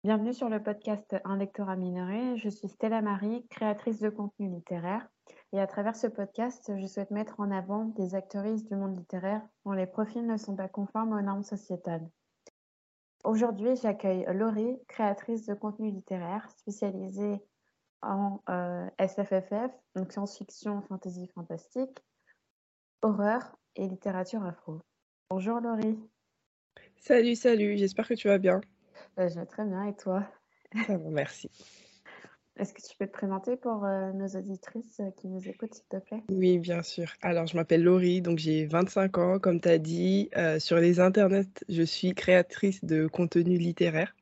Bienvenue sur le podcast Un lectorat minoré. Je suis Stella Marie, créatrice de contenu littéraire. Et à travers ce podcast, je souhaite mettre en avant des actrices du monde littéraire dont les profils ne sont pas conformes aux normes sociétales. Aujourd'hui, j'accueille Laurie, créatrice de contenu littéraire spécialisée en SFFF, donc science-fiction, fantasy fantastique, horreur et littérature afro. Bonjour Laurie. Salut, salut, j'espère que tu vas bien. Je vais très bien et toi? Ça va, merci. Est-ce que tu peux te présenter pour nos auditrices qui nous écoutent, s'il te plaît? Oui, bien sûr. Alors, je m'appelle Laurie, donc j'ai 25 ans, comme tu as dit. Sur les internets, je suis créatrice de contenu littéraire.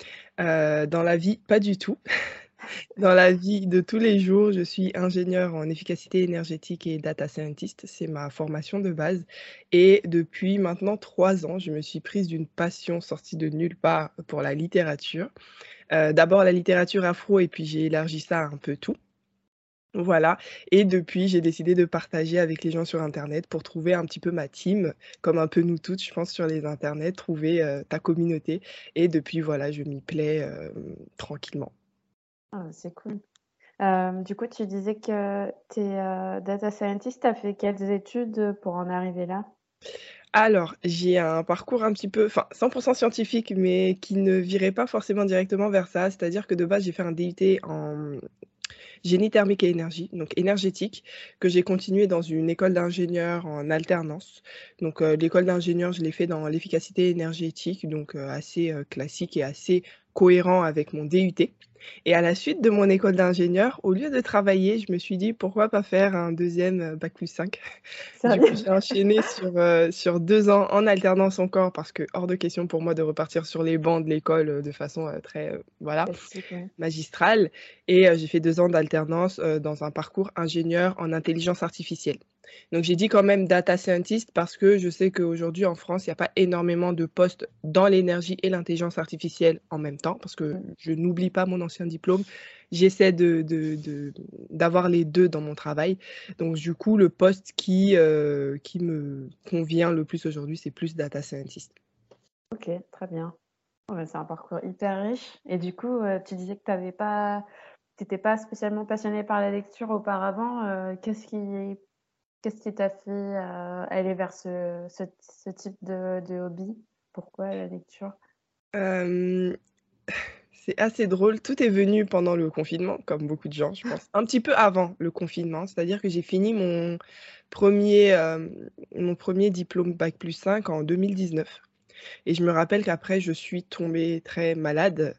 Dans la vie, pas du tout. Dans la vie de tous les jours, je suis ingénieure en efficacité énergétique et data scientist. C'est ma formation de base. Et depuis maintenant 3 ans, je me suis prise d'une passion sortie de nulle part pour la littérature. D'abord la littérature afro et puis j'ai élargi ça à un peu tout. Voilà, et depuis, j'ai décidé de partager avec les gens sur internet pour trouver un petit peu ma team, comme un peu nous toutes, je pense, sur les internets, trouver, ta communauté et depuis, voilà, je m'y plais, tranquillement. Ah, c'est cool. Du coup, tu disais que tu es, data scientist. Tu as fait quelles études pour en arriver là? Alors, j'ai un parcours un petit peu enfin 100 scientifique, mais qui ne virait pas forcément directement vers ça. C'est-à-dire que de base, j'ai fait un DUT en génie thermique et énergie, donc énergétique, que j'ai continué dans une école d'ingénieur en alternance. Donc, l'école d'ingénieur, je l'ai fait dans l'efficacité énergétique, donc, assez, classique et assez cohérent avec mon DUT. Et à la suite de mon école d'ingénieur, au lieu de travailler, je me suis dit: «Pourquoi pas faire un deuxième e bac+5?» Du coup, Sérieux? j'ai enchaîné sur 2 ans en alternance encore parce que hors de question pour moi de repartir sur les bancs de l'école, de façon, très, voilà, Classique, ouais. magistrale et j'ai fait 2 ans d'alternance, dans un parcours ingénieur en intelligence artificielle. Donc j'ai dit quand même data scientist parce que je sais qu'aujourd'hui en France, il y a pas énormément de postes dans l'énergie et l'intelligence artificielle en même temps, parce que Mmh. je n'oublie pas mon ancien diplôme. J'essaie d'avoir les 2 dans mon travail. Donc du coup, le poste qui me convient le plus aujourd'hui, c'est plus data scientist. OK, très bien. Ouais, c'est un parcours hyper riche et du coup, tu disais que tu étais pas spécialement passionnée par la lecture auparavant. Qu'est-ce qui t'a fait, aller vers ce type de hobby? Pourquoi la lecture? Hem C'est assez drôle, tout est venu pendant le confinement, comme beaucoup de gens, je pense. Un petit peu avant le confinement, c'est-à-dire que j'ai fini mon premier diplôme bac+5 en 2019 et je me rappelle qu'après je suis tombée très malade,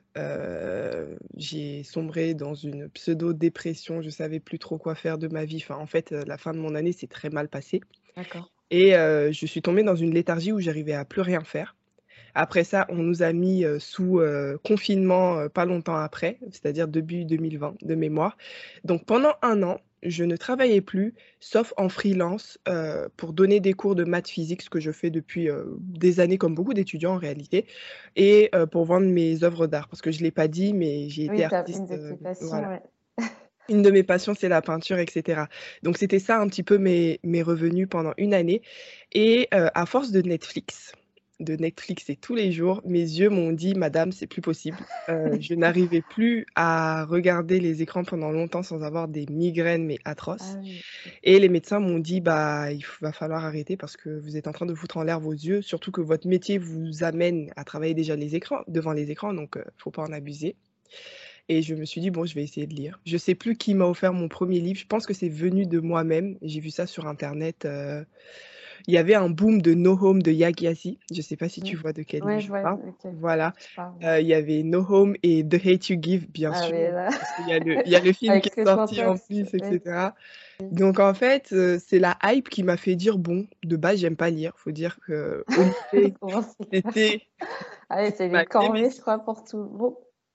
j'ai sombré dans une pseudo-dépression, je savais plus trop quoi faire de ma vie. Enfin, en fait, la fin de mon année s'est très mal passée D'accord. et je suis tombée dans une léthargie où j'arrivais à plus rien faire. Après ça, on nous a mis, sous, confinement, pas longtemps après, c'est-à-dire début 2020 de mémoire. Donc pendant 1 an, je ne travaillais plus, sauf en freelance, pour donner des cours de maths physique, ce que je fais depuis, des années comme beaucoup d'étudiants en réalité et pour vendre mes œuvres d'art. Parce que je l'ai pas dit, mais j'ai été Oui, tu une artiste, de tes passions, voilà. ouais. Une de mes passions, c'est la peinture et cetera. Donc c'était ça un petit peu mes revenus pendant une année et à force de Netflixer tous les jours, mes yeux m'ont dit: «Madame, c'est plus possible». Je n'arrivais plus à regarder les écrans pendant longtemps sans avoir des migraines, mais Ah atroces oui. et les médecins m'ont dit: «Bah, va falloir arrêter parce que vous êtes en train de foutre en l'air vos yeux, surtout que votre métier vous amène à travailler déjà les écrans devant les écrans, donc faut pas en abuser». Et je me suis dit: «Bon, je vais essayer de lire». Je sais plus qui m'a offert mon premier livre, je pense que c'est venu de moi-même. J'ai vu ça sur internet, il y avait un boom de No Home de Yak Gyasi. Je sais pas si Mmh. tu vois de quel livre Ouais, je je vois parle? lequel Voilà, tu parles, ouais. il y avait No Home et The Hate You Give, bien Ah sûr, mais là, parce qu'il y a le film qui avec est ce sorti en contexte, plus et oui. cetera. Donc en fait, c'est la hype qui m'a fait dire: «Bon», de base, j'aime pas lire. Faut dire qu'au lycée, Comment c'est clair. c'était Ah oui, c'était c'est ma une corvée, je némésis. crois, pour tout le monde.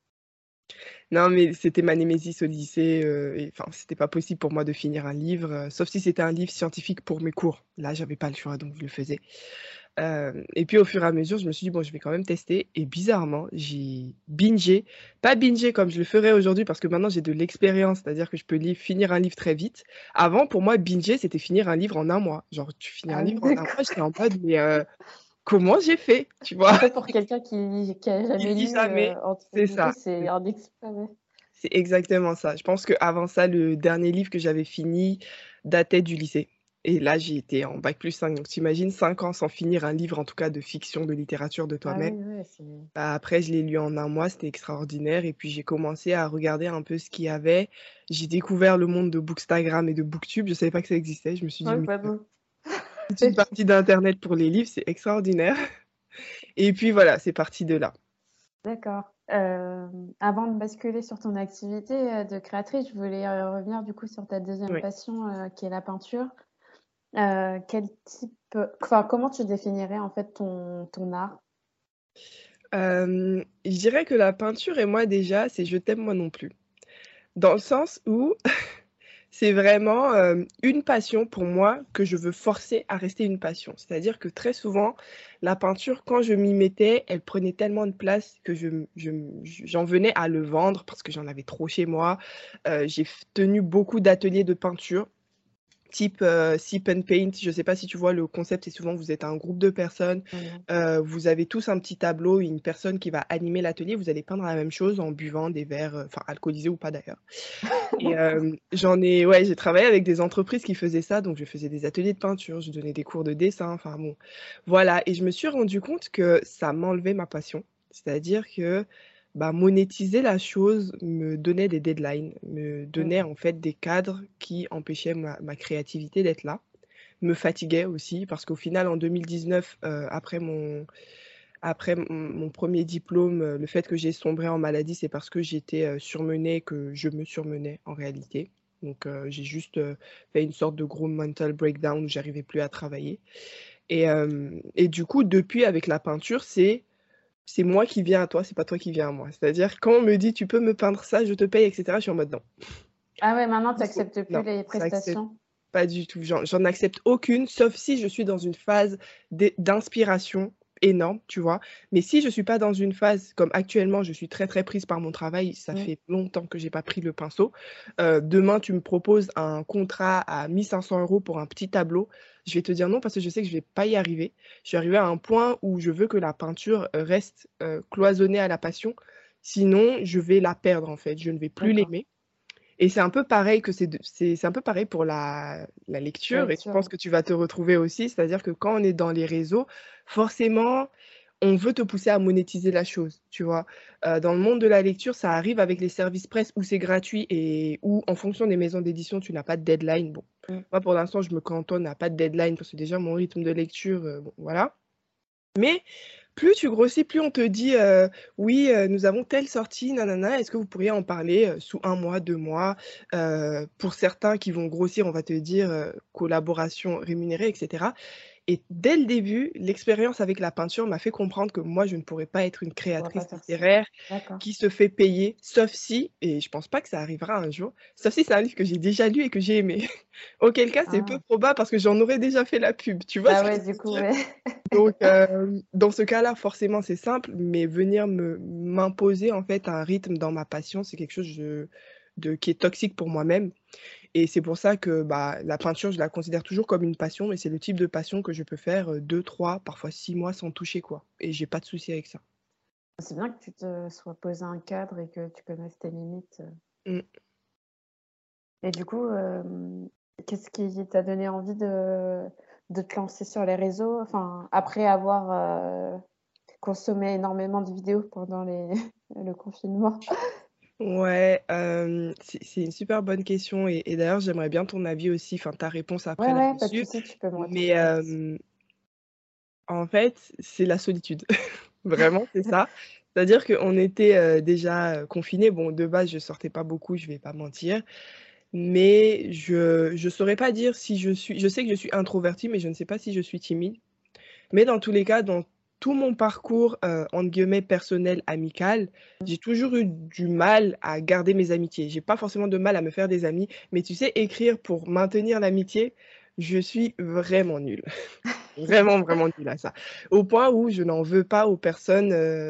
Non, mais c'était ma némésis au lycée, et enfin, c'était pas possible pour moi de finir un livre, sauf si c'était un livre scientifique pour mes cours. Là, j'avais pas le choix, donc je le faisais. Et puis au fur et à mesure, je me suis dit: «Bon, je vais quand même tester» et bizarrement, j'ai bingé. Pas bingé comme je le ferais aujourd'hui parce que maintenant j'ai de l'expérience, c'est-à-dire que je peux finir un livre très vite. Avant, pour moi, binger, c'était finir un livre en un mois. Genre, tu finis un Ah oui, livre en un mois, d'accord. j'étais en mode: «Mais comment j'ai fait, tu vois? En fait, pour quelqu'un qui a Il jamais lit lu, jamais. entre C'est guillemets, ça, c'est un exploit, ouais. c'est exactement ça. Je pense qu'avant ça, le dernier livre que j'avais fini datait du lycée et là, j'y étais en bac+5 donc tu imagines 5 ans sans finir un livre, en tout cas de fiction, de littérature de Ah oui, toi-même. ouais, c'est Bah, après je l'ai lu en un mois, c'était extraordinaire et puis j'ai commencé à regarder un peu ce qu'il y avait. J'ai découvert le monde de Bookstagram et de Booktube, je savais pas que ça existait. Je me suis dit: ouais, «Mais pas nous. toute une partie d'internet pour les livres, c'est extraordinaire» et puis voilà, c'est parti de là. D'accord. Avant de basculer sur ton activité, de créatrice, je voulais, revenir du coup sur ta deuxième Oui. passion, qui est la peinture. Quel type, enfin, comment tu définirais en fait ton art? Je dirais que la peinture et moi déjà, c'est «je t'aime moi non plus». Dans le sens où c'est vraiment, une passion pour moi que je veux forcer à rester une passion. C'est-à-dire que très souvent, la peinture, quand je m'y mettais, elle prenait tellement de place que j'en venais à le vendre parce que j'en avais trop chez moi. J'ai tenu beaucoup d'ateliers de peinture. Type, sip and paint, je sais pas si tu vois le concept, c'est souvent vous êtes un groupe de personnes, Non. vous avez tous un petit tableau, une personne qui va animer l'atelier, vous allez peindre la même chose en buvant des verres, enfin alcoolisés ou pas d'ailleurs et D'accord. j'ai travaillé avec des entreprises qui faisaient ça, donc je faisais des ateliers de peinture, je donnais des cours de dessin, enfin bon, voilà et je me suis rendu compte que ça m'enlevait ma passion. C'est-à-dire que, bah, monétiser la chose me donnait des deadlines, me Mmh. donnait en fait des cadres qui empêchaient ma créativité d'être là, me fatiguait aussi parce qu'au final en 2019, après mon 1er diplôme, le fait que j'ai sombré en maladie, c'est parce que j'étais, surmenée, que je me surmenais en réalité. Donc j'ai juste, fait une sorte de gros mental breakdown où j'arrivais plus à travailler et du coup depuis avec la peinture, c'est moi qui viens à toi, c'est pas toi qui viens à moi. C'est-à-dire quand on me dit: «Tu peux me peindre ça, je te paye» et cetera, je suis en mode: «Non». Ah ouais, maintenant tu Il faut acceptes plus non, les j'accepte prestations? pas du tout, j'en accepte aucune, sauf si je suis dans une phase d'inspiration énorme, tu vois? Mais si je suis pas dans une phase comme actuellement, je suis très, très prise par mon travail, ça Mmh. fait longtemps que j'ai pas pris le pinceau. Demain, tu me proposes un contrat à 1 500 € pour un petit tableau, je vais te dire non parce que je sais que je vais pas y arriver. Je suis arrivée à un point où je veux que la peinture, reste, cloisonnée à la passion, sinon je vais la perdre, en fait, je ne vais plus D'accord. l'aimer et c'est un peu pareil pour la La lecture et je lecture, pense ouais. que tu vas te retrouver aussi. C'est-à-dire que quand on est dans les réseaux, forcément, on veut te pousser à monétiser la chose, tu vois? Dans le monde de la lecture, ça arrive avec les services presse où c'est gratuit et où en fonction des maisons d'édition, tu n'as pas de deadline. Bon, Mmh. moi pour l'instant, je me cantonne à pas de deadline parce que déjà mon rythme de lecture, bon voilà. Mais plus tu grossis, plus on te dit, «Oui, nous avons telle sortie, nanana, est-ce que vous pourriez en parler, sous 1 mois, 2 mois?» Pour certains qui vont grossir, on va te dire, collaboration rémunérée et cetera. Et dès le début, l'expérience avec la peinture m'a fait comprendre que moi, je ne pourrais pas être une Tu pourras pas créatrice faire ça. littéraire D'accord. qui se fait payer, sauf si et je pense pas que ça arrivera un jour, sauf si c'est un livre que j'ai déjà lu et que j'ai aimé. Auquel cas, c'est peu Ah. probable parce que j'en aurais déjà fait la pub, tu vois ce Bah que ouais, je du veux coup, dire? ouais. Donc dans ce cas-là, forcément, c'est simple, mais venir m'imposer, en fait, un rythme dans ma passion, c'est quelque chose de qui est toxique pour moi-même et c'est pour ça que, bah, la peinture, je la considère toujours comme une passion et c'est le type de passion que je peux faire, 2-3, parfois 6 mois sans toucher, quoi et j'ai pas de souci avec ça. C'est bien que tu te sois posé un cadre et que tu connaisses tes limites, Mmh. et du coup, qu'est-ce qui t'a donné envie de te lancer sur les réseaux? Enfin, après avoir, consommé énormément de vidéos pendant le confinement? Ouais, c'est une super bonne question et d'ailleurs, j'aimerais bien ton avis aussi, enfin ta réponse Ouais, après ouais, pas de là-dessus. souci, tu peux me Mais, retourner la question. en fait, c'est la solitude. Vraiment, c'est ça. C'est-à-dire qu'on était, déjà, confinés. Bon, de base, je sortais pas beaucoup, je vais pas mentir. Mais je saurais pas dire si je sais que je suis introvertie, mais je ne sais pas si je suis timide. Mais dans tous les cas, dans tout mon parcours, entre guillemets «personnel, amical», j'ai toujours eu du mal à garder mes amitiés. J'ai pas forcément de mal à me faire des amis, mais tu sais, écrire pour maintenir l'amitié, Je suis vraiment nulle. Vraiment, vraiment nulle à ça. Au point où je n'en veux pas aux personnes,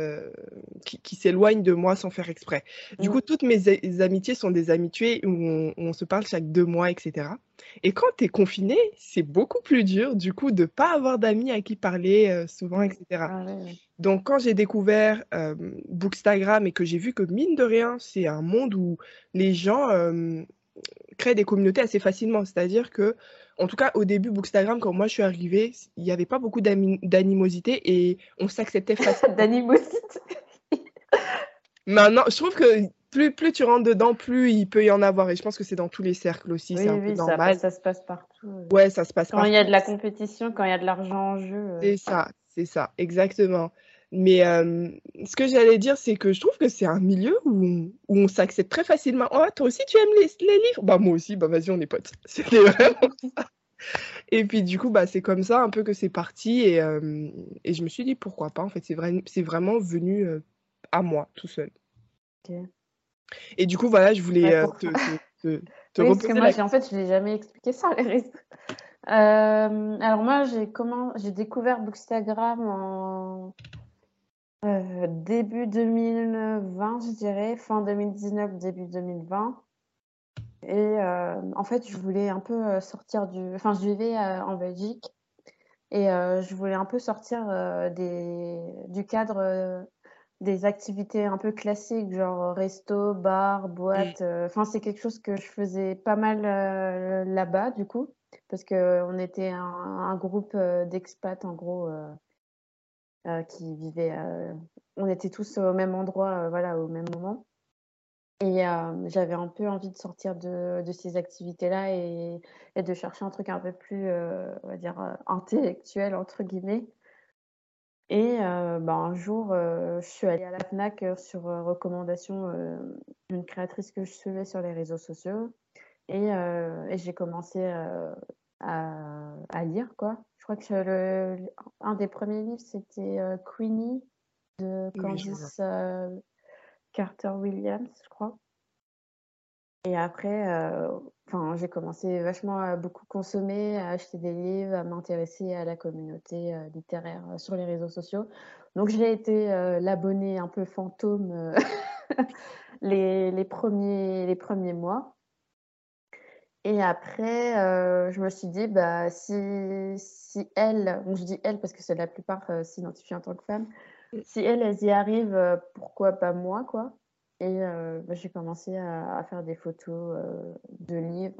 qui s'éloignent de moi sans faire exprès. Du Mmh. coup, toutes mes amitiés sont des amitiés où on se parle chaque 2 mois et cetera. Et quand tu es confiné, c'est beaucoup plus dur, du coup, de pas avoir d'amis à qui parler, souvent et Mmh. cetera. Ah ouais, ouais. Donc quand j'ai découvert, Bookstagram et que j'ai vu que mine de rien, c'est un monde où les gens, créent des communautés assez facilement. C'est-à-dire que, en tout cas au début Bookstagram, quand moi je suis arrivée, il y avait pas beaucoup d'animosité et on s'acceptait facilement. D'animosité. Maintenant, je trouve que plus tu rentres dedans, plus il peut y en avoir et je pense que c'est dans tous les cercles aussi, c'est Oui, un peu oui, normal. ça se passe partout, Ouais, ça se passe quand il y a partout. de la compétition, quand il y a de l'argent en jeu, C'est ça, exactement. Mais ce que j'allais dire, c'est que je trouve que c'est un milieu où on s'accepte très facilement. «Oh, toi aussi tu aimes les livres? Bah, moi aussi, bah, vas-y, on est potes». C'était vraiment et puis du coup, bah, c'est comme ça un peu que c'est parti et je me suis dit: «Pourquoi pas?» en fait, c'est vraiment venu, à moi, tout seul. OK. Et du coup, voilà, je voulais, Ouais, pour te oui, parce que reposer moi, la en fait, je l'ai jamais expliqué ça, les réseaux. Alors moi, j'ai découvert Bookstagram en, début 2020, je dirais, fin 2019, début 2020 et en fait, je voulais un peu, sortir je vivais, en Belgique et je voulais un peu sortir, du cadre, des activités un peu classiques, genre resto, bar, mmh, boîte, enfin, c'est quelque chose que je faisais pas mal, là-bas, du coup, parce qu'on était un groupe, d'expats, en gros, qui vivaient, on était tous au même endroit, voilà, au même moment et j'avais un peu envie de sortir de ces activités-là et de chercher un truc un peu plus, on va dire, «intellectuel» entre guillemets et bah, un jour, je suis allée à la Fnac, sur, recommandation, d'une créatrice que je suivais sur les réseaux sociaux et j'ai commencé, à lire, quoi. Je crois que un des premiers livres, c'était, Queenie de oui, je vois. Candice, Carter Williams, je crois et après, enfin, j'ai commencé vachement à beaucoup consommer, à acheter des livres, à m'intéresser à la communauté, littéraire, sur les réseaux sociaux. Donc j'ai été, l'abonnée un peu fantôme, les premiers mois et après, je me suis dit: «Bah, si elles», bon je dis «elles» parce que c'est la plupart, s'identifient en tant que femmes. Mmh, Si elles y arrivent, pourquoi pas moi, quoi? Et bah, j'ai commencé à faire des photos, de livres,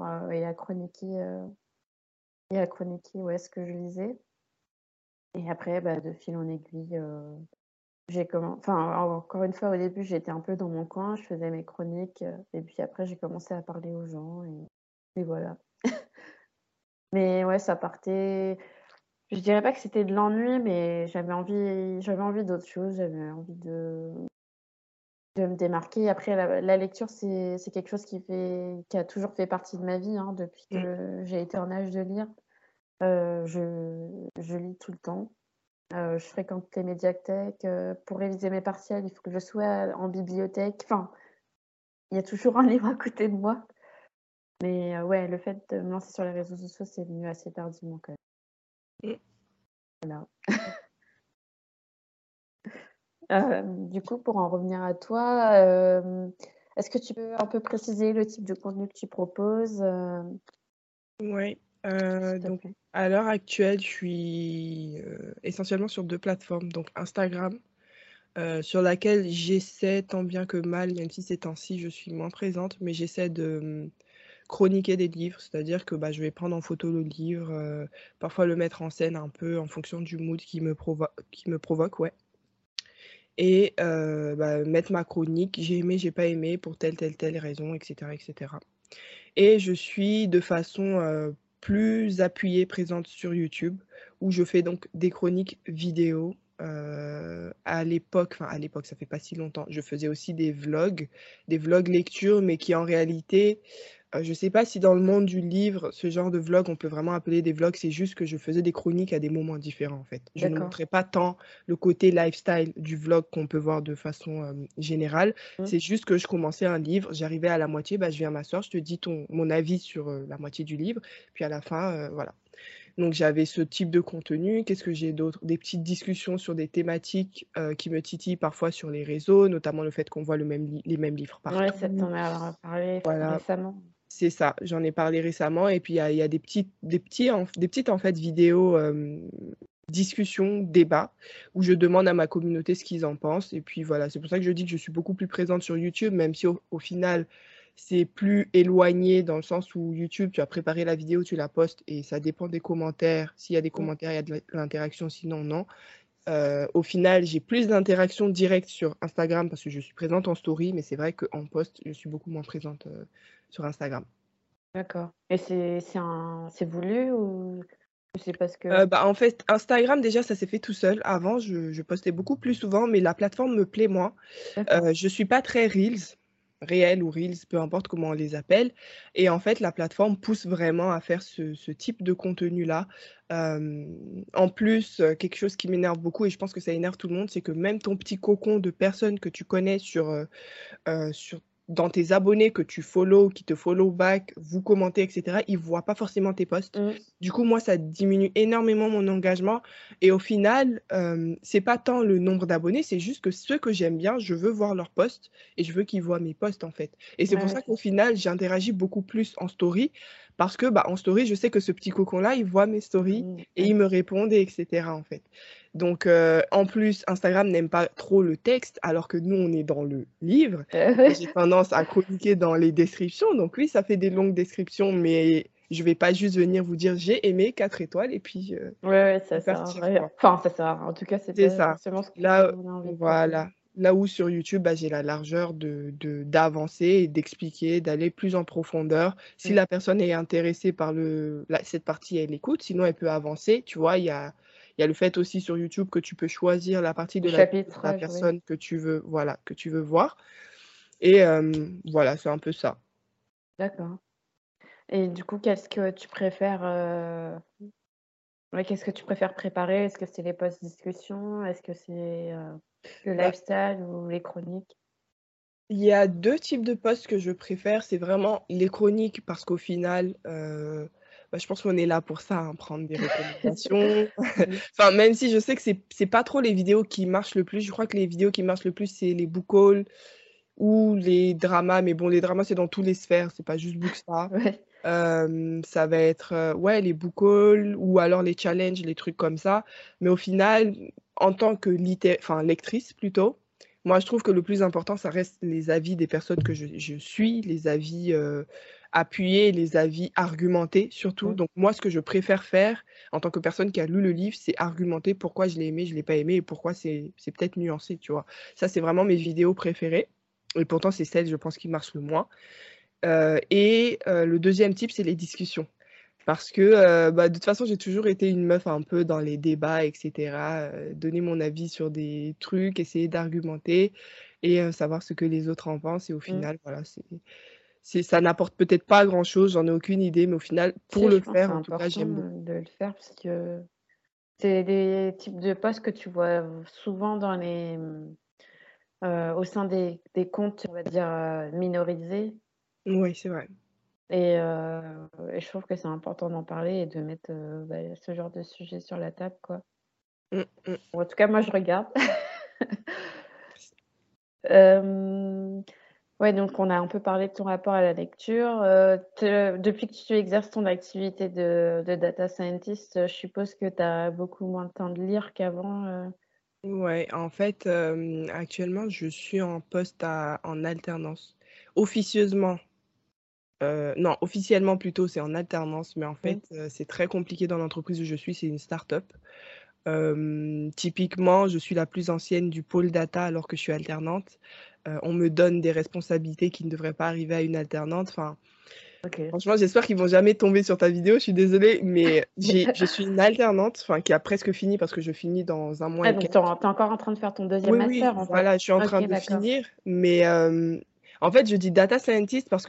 et à chroniquer, ouais, ce que je lisais et après, bah, de fil en aiguille, enfin, encore une fois, au début, j'étais un peu dans mon coin, je faisais mes chroniques, et puis après j'ai commencé à parler aux gens et voilà. Mais ouais, ça partait je dirais pas que c'était de l'ennui, mais j'avais envie d'autre chose, j'avais envie de me démarquer. Après la lecture, c'est quelque chose qui a toujours fait partie de ma vie, hein, depuis mmh. que j'ai été en âge de lire. Je lis tout le temps. Je fréquente les médiathèques, pour réviser mes partiels, il faut que je sois en bibliothèque. Enfin, il y a toujours un livre à côté de moi. Mais ouais, le fait de me lancer sur les réseaux sociaux, c'est venu assez tardivement quand même. Mmh. Voilà. Du coup, pour en revenir à toi, est-ce que tu peux un peu préciser le type de contenu que tu proposes, Ouais, s'il te donc plaît? à l'heure actuelle, je suis, essentiellement sur 2 plateformes, donc Instagram, sur laquelle j'essaie tant bien que mal, même si ces temps-ci je suis moins présente, mais j'essaie de, chroniquer des livres. C'est-à-dire que, bah, je vais prendre en photo le livre, parfois le mettre en scène un peu en fonction du mood qui me provoque, ouais et bah, mettre ma chronique: «J'ai aimé, j'ai pas aimé pour telle raison» et cetera et cetera. Et je suis de façon, plus appuyée, présente sur YouTube, où je fais donc des chroniques vidéo. À l'époque, ça fait pas si longtemps, je faisais aussi des vlogs lecture, mais qui en réalité, Je sais pas si dans le monde du livre, ce genre de vlog, on peut vraiment appeler des vlogs. C'est juste que je faisais des chroniques à des moments différents, en fait. Je ne D'accord. montrais pas tant le côté lifestyle du vlog qu'on peut voir de façon, générale. Mmh. C'est juste que je commençais un livre, j'arrivais à la moitié, bah, je viens m'asseoir, je te dis mon avis sur, la moitié du livre, puis à la fin, voilà. Donc j'avais ce type de contenu. Qu'est-ce que j'ai d'autre? Des petites discussions sur des thématiques, qui me titillent parfois sur les réseaux, notamment le fait qu'on voit le même li les mêmes livres Ouais, ça partout. t'en as parlé Voilà, récemment. c'est ça, j'en ai parlé récemment et puis il y a des petites, en fait, vidéos, discussions, débats, où je demande à ma communauté ce qu'ils en pensent et puis voilà, c'est pour ça que je dis que je suis beaucoup plus présente sur YouTube, même si au final, c'est plus éloigné dans le sens où YouTube, tu as préparé la vidéo, tu la postes et ça dépend des commentaires. S'il y a des Mmh. commentaires, il y a de l'interaction, sinon non. Au final, j'ai plus d'interactions directes sur Instagram parce que je suis présente en story, mais c'est vrai qu'en post, je suis beaucoup moins présente, sur Instagram. D'accord et c'est voulu ou c'est parce que Bah, en fait, Instagram déjà, ça s'est fait tout seul. Avant, je postais beaucoup plus souvent, mais la plateforme me plaît moins. d'accord. Je suis pas très reels, réels ou reels, peu importe comment on les appelle et en fait, la plateforme pousse vraiment à faire ce type de contenu-là. En plus, quelque chose qui m'énerve beaucoup et je pense que ça énerve tout le monde, c'est que même ton petit cocon de personnes que tu connais sur dans tes abonnés que tu follow, qui te follow back, vous commentez et cetera, ils voient pas forcément tes posts. Mmh. Du coup, moi, ça diminue énormément mon engagement et au final, c'est pas tant le nombre d'abonnés, c'est juste que ceux que j'aime bien, je veux voir leurs posts et je veux qu'ils voient mes posts, en fait et c'est Ouais, pour ouais, ça c'est qu'au sûr. final, j'interagis beaucoup plus en story parce que, bah, en story, je sais que ce petit cocon-là, il voit mes stories Mmh, et ouais. il me répondent et cetera, en fait. Donc en plus, Instagram n'aime pas trop le texte alors que nous, on est dans le livre. Moi, Ouais, j'ai tendance à chroniquer dans les descriptions, donc oui, ça fait des longues descriptions, mais je vais pas juste venir vous dire: «J'ai aimé 4 étoiles» et puis, ouais, ça sert à repartir, rien. quoi. Enfin, ça sert à rien. En tout cas, c'est C'est pas ça. forcément ce que Là, on a envie de voilà. proposer. Là où sur YouTube, bah, j'ai la largeur d'avancer et d'expliquer, d'aller plus en profondeur. Si Mmh. la personne est intéressée par cette partie, elle écoute, sinon elle peut avancer, tu vois? Il y a le fait aussi sur YouTube que tu peux choisir la partie Le de la chapitrage, oui. personne que tu veux voilà, que tu veux voir et voilà, c'est un peu ça. D'accord et du coup, qu'est-ce que tu préfères, ouais, qu'est-ce que tu préfères préparer? Est-ce que c'est les posts discussion? Est-ce que c'est, le Bah, lifestyle ou les chroniques? il y a 2 types de posts que je préfère, c'est vraiment les chroniques parce qu'au final, bah, je pense qu'on est là pour ça, hein, prendre des recommandations. Mmh. Enfin, même si je sais que c'est pas trop les vidéos qui marchent le plus, je crois que les vidéos qui marchent le plus, c'est les book hauls ou les dramas, mais bon, les dramas, c'est dans tous les sphères, c'est pas juste Booksta. Ouais. Ça va être, ouais, les book hauls ou alors les challenges, les trucs comme ça. Mais au final, en tant que lectrice plutôt, moi je trouve que le plus important, ça reste les avis des personnes que je suis, les avis, appuyés, les avis argumentés surtout. Mmh. Donc moi, ce que je préfère faire en tant que personne qui a lu le livre, c'est argumenter pourquoi je l'ai aimé, je l'ai pas aimé et pourquoi c'est peut-être nuancé, tu vois? Ça, c'est vraiment mes vidéos préférées et pourtant c'est celles, je pense, qui marchent le moins. Le deuxième type, c'est les discussions. Parce que, bah, de toute façon, j'ai toujours été une meuf un peu dans les débats et cetera, donner mon avis sur des trucs, essayer d'argumenter et savoir ce que les autres en pensent et au Mmh. final, voilà, ça n'apporte peut-être pas grand-chose, j'en ai aucune idée, mais au final, pour Si, le je pense que faire, c'est en tout cas, important, j'aime beaucoup. de le faire parce que c'est des types de posts que tu vois souvent dans les, au sein des comptes, on va dire, minorisés Oui, c'est vrai. et je trouve que c'est important d'en parler et de mettre, bah, ce genre de sujet sur la table, quoi. Mmh mh. Ou en tout cas, moi, je regarde. Hem, ouais, donc on a un peu parlé de ton rapport à la lecture, te depuis que tu exerces ton activité de data scientist, je suppose que tu as beaucoup moins de temps de lire qu'avant, Ouais, en fait, actuellement, je suis en alternance. Officieusement non, officiellement plutôt, c'est en alternance, mais en Mmh. fait, c'est très compliqué dans l'entreprise où je suis, c'est une start-up. Typiquement, je suis la plus ancienne du pôle data alors que je suis alternante. On me donne des responsabilités qui ne devraient pas arriver à une alternante. Enfin, OK. franchement, j'espère qu'ils vont jamais tomber sur ta vidéo, je suis désolée, mais je suis une alternante, enfin, qui a presque fini parce que je finis dans un mois Ah et donc quelques. tu es encore en train de faire ton deuxième Oui, oui, master, en fait? voilà, je suis en train OK, de d'accord. finir, mais en fait, je dis data scientist parce que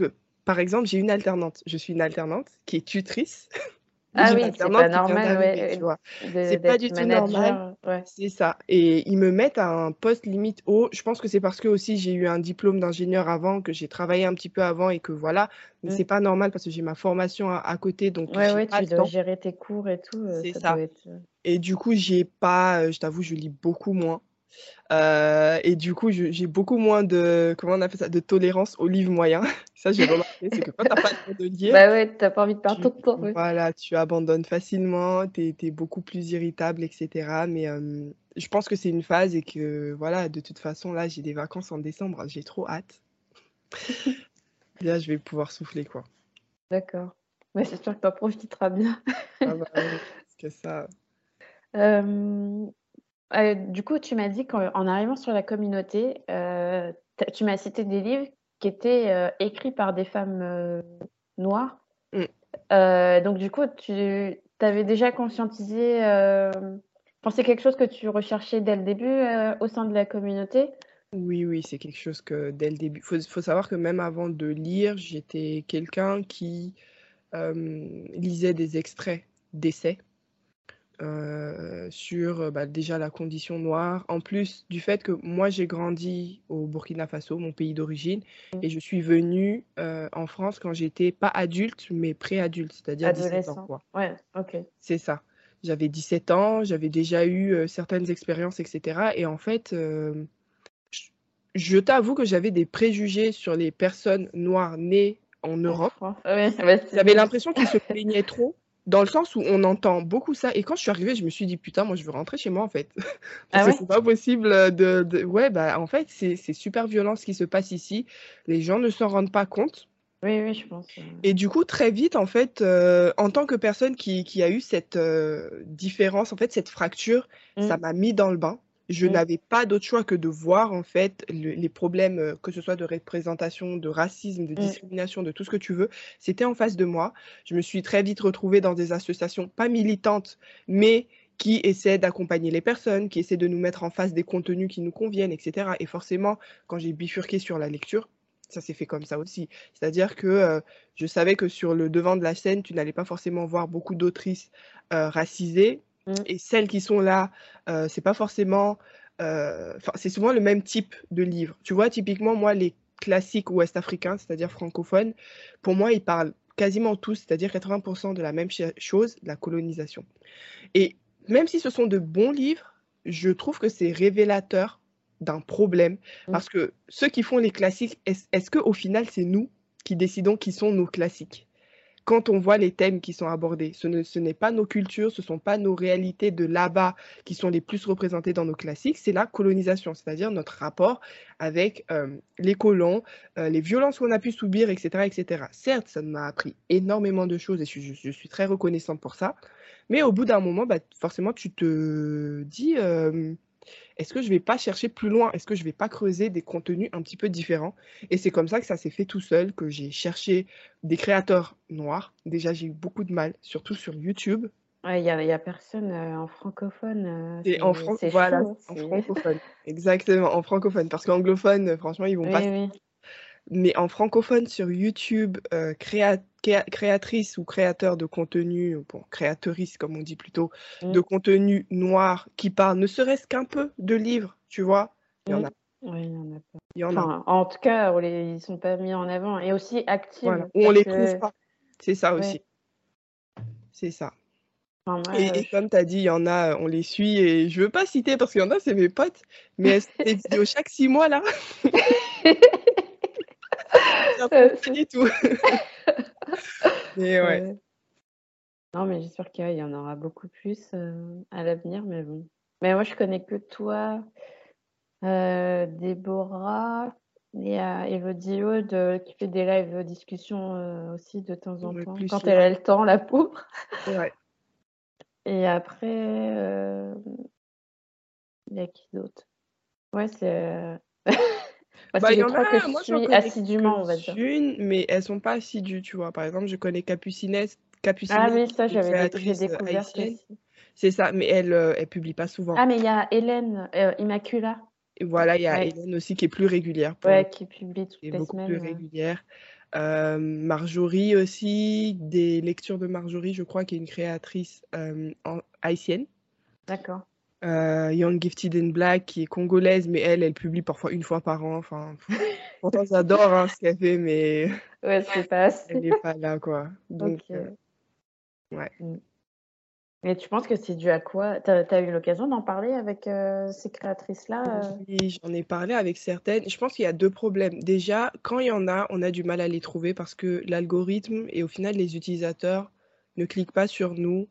par exemple, j'ai une alternante. Je suis une alternante qui est tutrice, mais Ah j'ai une oui, c'est pas alternante qui vient normal, d'arriver, tu ouais, vois? C'est pas d'être du tout normal. manager, ouais. C'est ça et ils me mettent à un poste limite haut. Je pense que c'est parce que aussi j'ai eu un diplôme d'ingénieur avant, que j'ai travaillé un petit peu avant et que voilà, mais Mmh. c'est pas normal parce que j'ai ma formation à côté, donc Ouais, j'ai ouais, pas tu le dois temps. gérer tes cours et tout, C'est ça doit ça être, et du coup, j'ai pas, je t'avoue, je lis beaucoup moins. Et du coup, j'ai beaucoup moins de comment on appelle ça? De tolérance aux livres moyens. Ça, j'ai remarqué, c'est que quand tu as pas le temps de lire, bah, ouais, tu as pas envie de perdre ton tu temps, ouais. voilà, tu abandonnes facilement, tu es beaucoup plus irritable et cetera. Mais, je pense que c'est une phase et que voilà, de toute façon, là, j'ai des vacances en décembre, j'ai trop hâte. Là, je vais pouvoir souffler, quoi. D'accord. Ouais, j'espère que tu en profiteras bien. Ah bah, oui, parce que ça Hem, du coup, tu m'as dit qu'en arrivant sur la communauté, tu m'as cité des livres qui étaient, écrits par des femmes, noires. mmh. Donc du coup, tu avais déjà conscientisé, enfin, c'est quelque chose que tu recherchais dès le début, au sein de la communauté? Oui, oui, c'est quelque chose que dès le début faut savoir que même avant de lire, j'étais quelqu'un qui, lisait des extraits d'essais. Sur, bah, déjà la condition noire. En plus du fait que moi j'ai grandi au Burkina Faso, mon pays d'origine Mmh. et je suis venue, en France quand j'étais pas adulte, mais pré-adulte, c'est-à-dire 17 ans, Adolescent? quoi. Ouais, OK. C'est ça. J'avais 17 ans, j'avais déjà eu, certaines expériences et cetera et en fait, j je t'avoue que j'avais des préjugés sur les personnes noires nées en En Europe. France, ouais, bah, J'avais c'est l'impression qu'ils se plaignaient trop, dans le sens où on entend beaucoup ça et quand je suis arrivée, je me suis dit: «Putain, moi, je veux rentrer chez moi, en fait». Parce ah que ouais? c'est pas possible, de ouais, bah, en fait, c'est super violent ce qui se passe ici. Les gens ne s'en rendent pas compte Oui, oui, je pense, et du coup, très vite, en fait, en tant que personne qui a eu cette, différence, en fait, cette fracture, ça mmh, m'a mis dans le bain. Je mmh, n'avais pas d'autre choix que de voir, en fait, les problèmes, que ce soit de représentation, de racisme, de mmh, discrimination, de tout ce que tu veux. C'était en face de moi. Je me suis très vite retrouvée dans des associations, pas militantes, mais qui essaient d'accompagner les personnes, qui essaient de nous mettre en face des contenus qui nous conviennent et cetera et forcément, quand j'ai bifurqué sur la lecture, ça s'est fait comme ça aussi. C'est-à-dire que, je savais que sur le devant de la scène, tu n'allais pas forcément voir beaucoup d'autrices, racisées mmh, et celles qui sont là, c'est pas forcément, enfin, c'est souvent le même type de livre. Tu vois? Typiquement, moi, les classiques ouest-africains, c'est-à-dire francophones, pour moi, ils parlent quasiment tous, c'est-à-dire 80 de la même chose, la colonisation et même si ce sont de bons livres, je trouve que c'est révélateur d'un problème mmh. parce que ceux qui font les classiques, est-ce qu'au final, c'est nous qui décidons qui sont nos classiques? Quand on voit les thèmes qui sont abordés, ce n'est pas nos cultures, ce sont pas nos réalités de là-bas qui sont les plus représentées dans nos classiques, c'est la colonisation, c'est-à-dire notre rapport avec, les colons, les violences qu'on a pu subir et cetera et cetera. Certes, ça m'a appris énormément de choses et je suis très reconnaissante pour ça, mais au bout d'un moment, bah, forcément tu te dis, est-ce que je vais pas chercher plus loin? Est-ce que je vais pas creuser des contenus un petit peu différents? Et c'est comme ça que ça s'est fait tout seul, que j'ai cherché des créateurs noirs. Déjà, j'ai eu beaucoup de mal, surtout sur YouTube Ouais, il y a personne, en francophone, et en fran c'est voilà, chaud, hein, en c'est francophone. Exactement, en francophone, parce qu'anglophone, franchement, ils vont pas oui, oui. mais en francophone sur YouTube, créatrice ou créateur de contenu, bon, créatrice comme on dit plutôt, Mmh, de contenu noir qui parle ne serait-ce qu'un peu de livres, tu vois? Il y en mmh. a, Ouais, il y en a pas. il y en a. Enfin, en tout cas, ils sont pas mis en avant et aussi Voilà, actives ou on parce les trouve que pas. C'est ça ouais, aussi, c'est ça enfin et moi, je comme tu as dit, il y en a, on les suit et je veux pas citer parce qu'il y en a, c'est mes potes, mais elles sortent des vidéos chaque 6 mois là, j'approuve pas c'est du tout. Mais ouais. ouais. Non, mais j'espère qu'il y en aura beaucoup plus, à l'avenir, mais bon. Mais moi, je connais que toi, Déborah, il y a Elodie Aude, qui fait des live, discussions, aussi de temps en Ouais, temps, plus quand elle a le temps, la pauvre. ouais. Et après, il y a qui d'autre? Ouais, bah, Bah, c'est il y les en 3 que je a, moi j'en suis connais assidûment, on va dire. quelques-unes, mais elles sont pas assidues, tu vois? Par exemple, je connais Ah Capucinette oui, qui ça, est une j'ai créatrice, découverte haïtienne. aussi. C'est ça, mais elle publie pas souvent. Ah, mais il y a Hélène, Immaculata. Et voilà, il y a Ouais, Hélène aussi qui est plus régulière pour le ouais, coup, qui publie toutes qui est les beaucoup plus semaines, régulière. Marjorie aussi, des lectures de Marjorie, je crois, qui est une créatrice haïtienne. D'accord. Young Gifted and Black, qui est congolaise, mais elle publie parfois une fois par an. Enfin, pourtant, j'adore hein, ce qu'elle fait, mais Ouais, c'est pas elle assez. n'est pas là, quoi. Donc, OK. ouais. Mmh. Et tu penses que c'est dû à quoi? Tu as eu l'occasion d'en parler avec, ces créatrices-là, Oui, j'en ai parlé avec certaines. Je pense qu'il y a 2 problèmes. Déjà, quand il y en a, on a du mal à les trouver parce que l'algorithme et au final, les utilisateurs ne cliquent pas sur nous,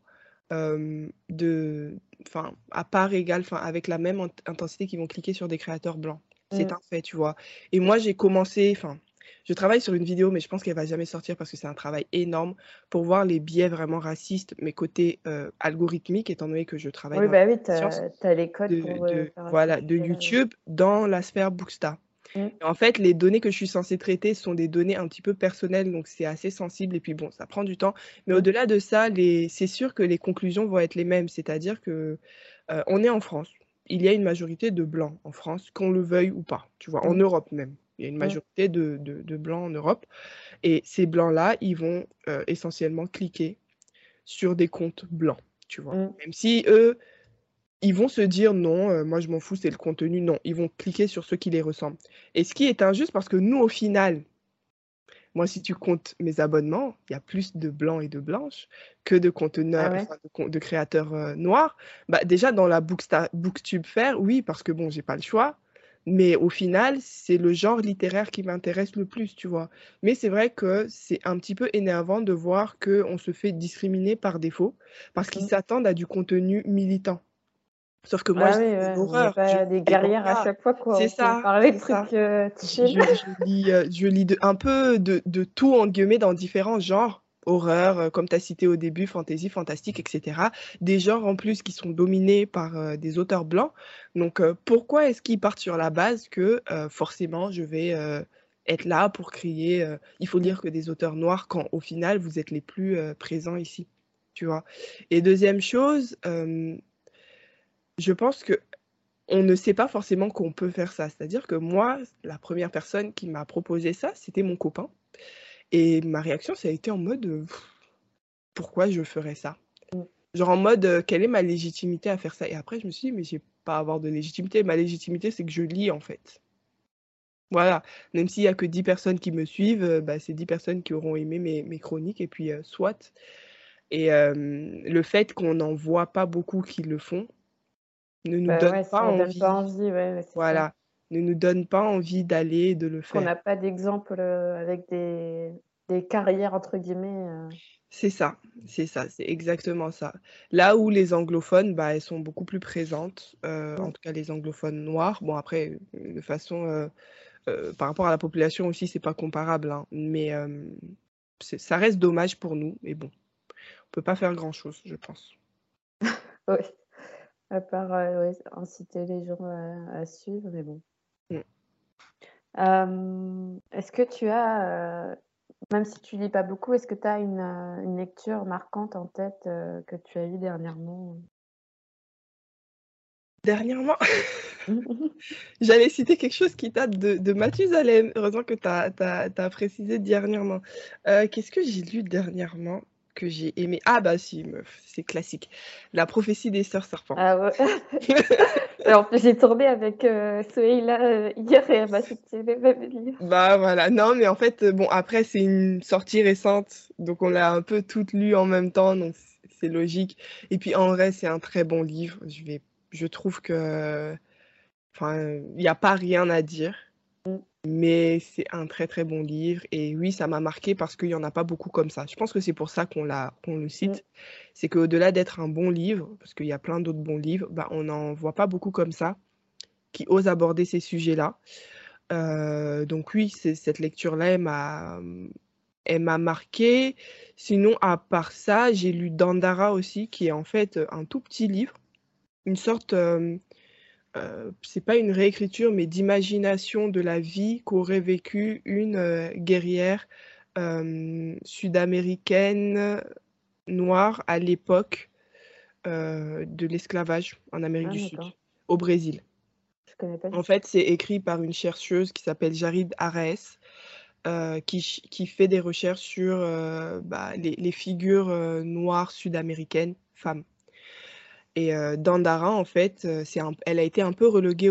de enfin, à part égale, enfin, avec la même intensité qu'ils vont cliquer sur des créateurs blancs. C'est Mmh. un fait, tu vois? Et moi, j'ai commencé enfin, je travaille sur une vidéo, mais je pense qu'elle va jamais sortir parce que c'est un travail énorme pour voir les biais vraiment racistes, mais côté, algorithmique, étant donné que je travaille Oui, dans bah, oui, tu sciences as les codes pour, faire ce voilà, de sujet-là, ouais. YouTube dans la sphère Bookstar. Mmh. Et en fait, les données que je suis censée traiter sont des données un petit peu personnelles, donc c'est assez sensible et puis bon, ça prend du temps. Mais Mmh. au-delà de ça, c'est sûr que les conclusions vont être les mêmes. C'est-à-dire que, on est en France. Il y a une majorité de blancs en France, qu'on le veuille ou pas, tu vois? En Mmh. Europe même. Il y a une Mmh. majorité de blancs en Europe et ces blancs-là, ils vont, essentiellement cliquer sur des comptes blancs, tu vois? Mmh. Même si eux, ils vont se dire: «Non, moi je m'en fous, c'est le contenu». Non, ils vont cliquer sur ceux qui les ressemblent et ce qui est injuste parce que nous, au final, moi, si tu comptes mes abonnements, il y a plus de blancs et de blanches que de Ah conteneurs ouais? enfin de créateurs, noirs. Bah, déjà dans la Booktube faire, oui, parce que bon, j'ai pas le choix, mais au final, c'est le genre littéraire qui m'intéresse le plus, tu vois? Mais c'est vrai que c'est un petit peu énervant de voir qu'on se fait discriminer par défaut, parce qu'ils Mmh. s'attendent à du contenu militant. Sauf que moi, Ah je oui, lis de ouais, on n'est l'horreur, je pas lis des des guerrières à mangas. chaque fois, quoi. C'est On peut ça, parler de c'est ça. trucs, chill. Je lis de un peu de «tout» entre guillemets dans différents genres. Horreur, comme tu as cité au début, fantasy, fantastique et cetera. Des genres en plus qui sont dominés par, des auteurs blancs. Donc, pourquoi est-ce qu'ils partent sur la base que, forcément je vais, être là pour crier, «Il faut Mmh. lire que des auteurs noirs» quand au final vous êtes les plus, présents ici, tu vois? Et deuxième chose, je pense qu'on ne sait pas forcément qu'on peut faire ça. C'est-à-dire que moi, la première personne qui m'a proposé ça, c'était mon copain et ma réaction, ça a été en mode, «Pourquoi je ferais ça?» Mmh. Genre en mode, «Quelle est ma légitimité à faire ça?» et après je me suis dit: «Mais j'ai pas à avoir de légitimité. Ma légitimité, c'est que je lis, en fait». Voilà. Même s'il y a que 10 personnes qui me suivent, bah, c'est 10 personnes qui auront aimé mes chroniques et puis, soit et le fait qu'on n'en voit pas beaucoup qui le font, ne nous Bah, donne ouais, pas ça donne pas envie envie, ouais, ouais, c'est ça. voilà, ne nous donne pas envie d'aller et de le Qu'on faire. n'a pas d'exemple, avec des «carrières» entre guillemets, C'est ça, c'est exactement ça. Là où les anglophones, bah, elles sont beaucoup plus présentes, en Mmh. tout cas les anglophones noirs. Bon après, de façon, par rapport à la population aussi, c'est pas comparable, hein, mais ça reste dommage pour nous, mais bon, on peut pas faire grand chose, je pense. Oui, à part, ouais, inciter les gens à suivre, mais bon. Mmh. Est-ce que tu as, même si tu lis pas beaucoup, est-ce que tu as une lecture marquante en tête, que tu as eue dernièrement? Dernièrement, j'allais citer quelque chose qui date de Mathusalem. Heureusement que tu as précisé dernièrement. Qu'est-ce que j'ai lu dernièrement que j'ai aimé? Ah bah si, meuf, c'est classique. La prophétie des sœurs serpents. Ah ouais. Et en plus, j'ai tourné avec, Souheila, hier et elle m'a cité les mêmes livres. Bah, voilà, non, mais en fait, bon, après, c'est une sortie récente, donc on l'a un peu toutes lues en même temps, donc c'est logique et puis, en vrai, c'est un très bon livre. Je trouve que enfin, il y a pas rien à dire, Mmh. mais c'est un très, très bon livre et oui, ça m'a marquée parce qu'il y en a pas beaucoup comme ça. Je pense que c'est pour ça qu'on le Mmh. cite. C'est qu'au-delà d'être un bon livre, parce qu'il y a plein d'autres bons livres, bah, on n'en voit pas beaucoup comme ça, qui osent aborder ces sujets-là. Donc oui, c'est cette lecture-là, elle m'a marquée. Sinon, à part ça, j'ai lu Dandara aussi, qui est en fait, un tout petit livre, une sorte, c'est pas une réécriture, mais d'imagination de la vie qu'aurait vécue une, guerrière, sud-américaine, noire à l'époque, de l'esclavage en Amérique Ah du Sud, d'accord, au Brésil. je connais pas du En tout. fait, c'est écrit par une chercheuse qui s'appelle Jarid Araes. qui fait des recherches sur les figures noires sud-américaines, femmes. Et Dandara, en fait, elle a été un peu reléguée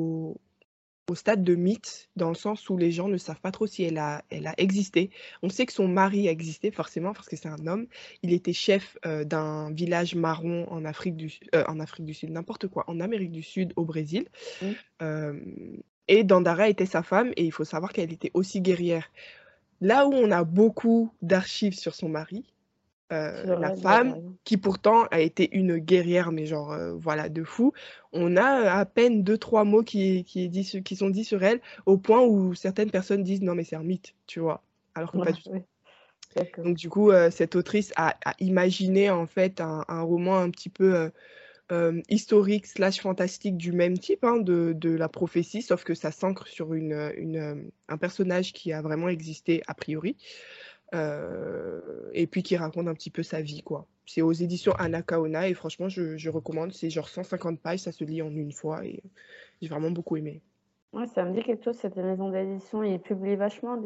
au stade de mythe, dans le sens où les gens ne savent pas trop si elle a existé. On sait que son mari a existé, forcément, parce que c'est un homme. Il était chef d'un village marron en Afrique du Sud, n'importe quoi, en Amérique du Sud, au Brésil. Mm. Euh, et Dandara était sa femme, et il faut savoir qu'elle était aussi guerrière. Là où on a beaucoup d'archives sur son mari, Sur la elle, il y avait femme, rien. qui pourtant a été une guerrière, mais genre, voilà, de fou, on a à peine deux, trois mots qui sont dits sur elle, au point où certaines personnes disent non, mais c'est un mythe, tu vois, alors que pas du tout. Oui, d'accord. Donc, du coup, cette autrice a imaginé en fait un roman un petit peu historique slash fantastique du même type, hein, de la prophétie, sauf que ça s'ancre sur un personnage qui a vraiment existé a priori, et puis qui raconte un petit peu sa vie, quoi. C'est aux éditions Anakaona et franchement, je recommande. C'est genre 150 pages, ça se lit en une fois et j'ai vraiment beaucoup aimé. Ouais, ça me dit quelque chose, cette maison d'édition. Ils publient vachement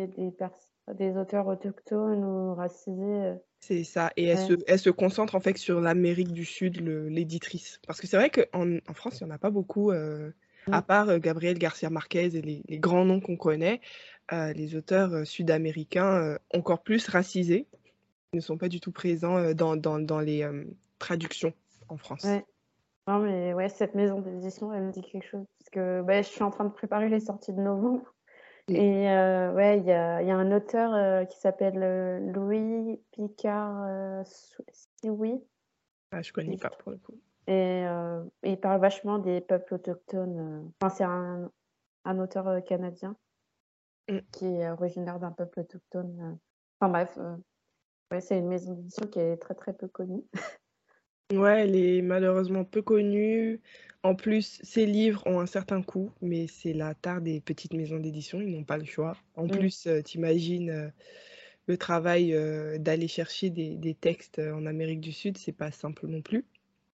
des auteurs autochtones ou racisés. C'est ça. Et Ouais. elle se concentre en fait sur l'Amérique du Sud, l'éditrice. Parce que c'est vrai qu'en France, il n'y en a pas beaucoup, à Mm. part Gabriel Garcia Marquez et les grands noms qu'on connaît. Les auteurs sud-américains, encore plus racisés, ne sont pas du tout présents dans les traductions en France. Ouais. Non, mais ouais, cette maison d'édition, elle me dit quelque chose. Parce que je suis en train de préparer les sorties de novembre. Mm. Et ouais, il y a un auteur qui s'appelle Louis Picard Sioui. Ah, je connais pas pour le coup. Et il parle vachement des peuples autochtones. Enfin, c'est un auteur canadien Mm. qui est originaire d'un peuple autochtone. Enfin bref, ouais, c'est une maison d'édition qui est très très peu connue. Ouais, elle est malheureusement peu connue. En plus, ses livres ont un certain coût, mais c'est la tare des petites maisons d'édition, ils n'ont pas le choix. En Mm. plus, t'imagines le travail d'aller chercher des textes en Amérique du Sud, c'est pas simple non plus.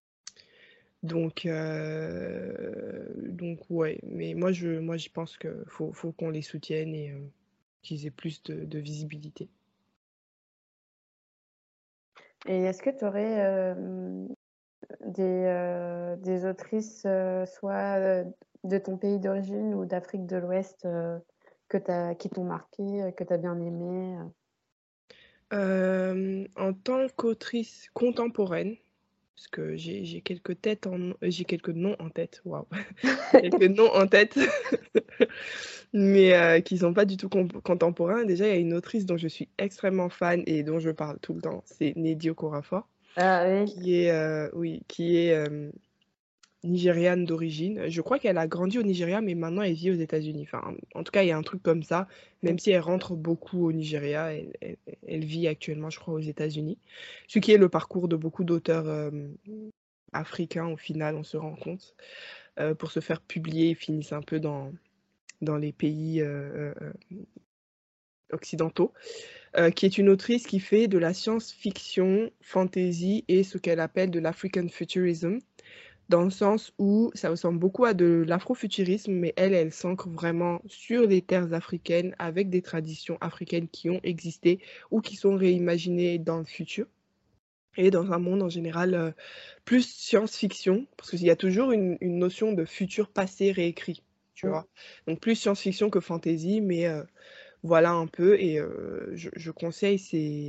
Donc ouais, mais moi j'y pense que faut qu'on les soutienne et qu'ils aient plus de visibilité. Et est-ce que tu aurais des autrices, soit de ton pays d'origine ou d'Afrique de l'Ouest, qui t'ont marqué, que tu as bien aimé? En tant qu'autrice contemporaine, parce que j'ai quelques noms en tête, waouh, quelques noms en tête, mais qui sont pas du tout contemporains. Déjà, il y a une autrice dont je suis extrêmement fan et dont je parle tout le temps, c'est Nnedi Okorafor, Ah oui. qui est nigériane d'origine. Je crois qu'elle a grandi au Nigeria, mais maintenant elle vit aux États-Unis. Enfin, en tout cas, il y a un truc comme ça. Même Mmh. si elle rentre beaucoup au Nigeria, elle vit actuellement, je crois, aux États-Unis. Ce qui est le parcours de beaucoup d'auteurs africains, au final, on se rend compte. Pour se faire publier, ils finissent un peu dans les pays occidentaux. Qui est une autrice qui fait de la science-fiction, fantasy et ce qu'elle appelle de l'African futurism, dans le sens où ça ressemble beaucoup à de l'afrofuturisme, mais elle s'ancre vraiment sur les terres africaines avec des traditions africaines qui ont existé ou qui sont réimaginées dans le futur. Et dans un monde en général plus science-fiction, parce qu'il y a toujours une notion de futur passé réécrit, tu Mmh. vois. Donc plus science-fiction que fantasy, mais voilà un peu, et je conseille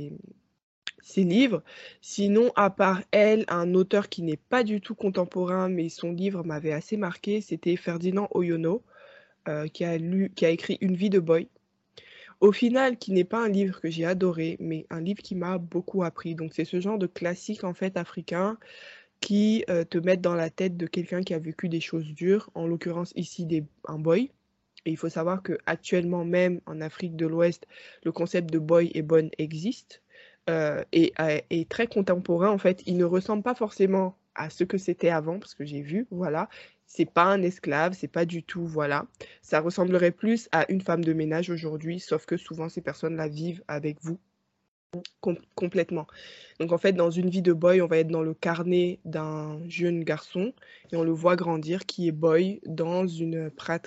ses livres. Sinon, à part elle, un auteur qui n'est pas du tout contemporain, mais son livre m'avait assez marqué, c'était Ferdinand Oyono, qui a écrit Une vie de boy. Au final, qui n'est pas un livre que j'ai adoré, mais un livre qui m'a beaucoup appris. Donc c'est ce genre de classique en fait africain qui te mettent dans la tête de quelqu'un qui a vécu des choses dures, en l'occurrence ici un boy. Et il faut savoir que actuellement même en Afrique de l'Ouest, le concept de boy et bonne existe et est très contemporain en fait. Il ne ressemble pas forcément à ce que c'était avant parce que j'ai vu, voilà, c'est pas un esclave, c'est pas du tout, voilà. Ça ressemblerait plus à une femme de ménage aujourd'hui, sauf que souvent ces personnes-là vivent avec vous complètement. Donc en fait, dans Une vie de boy, on va être dans le carnet d'un jeune garçon et on le voit grandir qui est boy dans une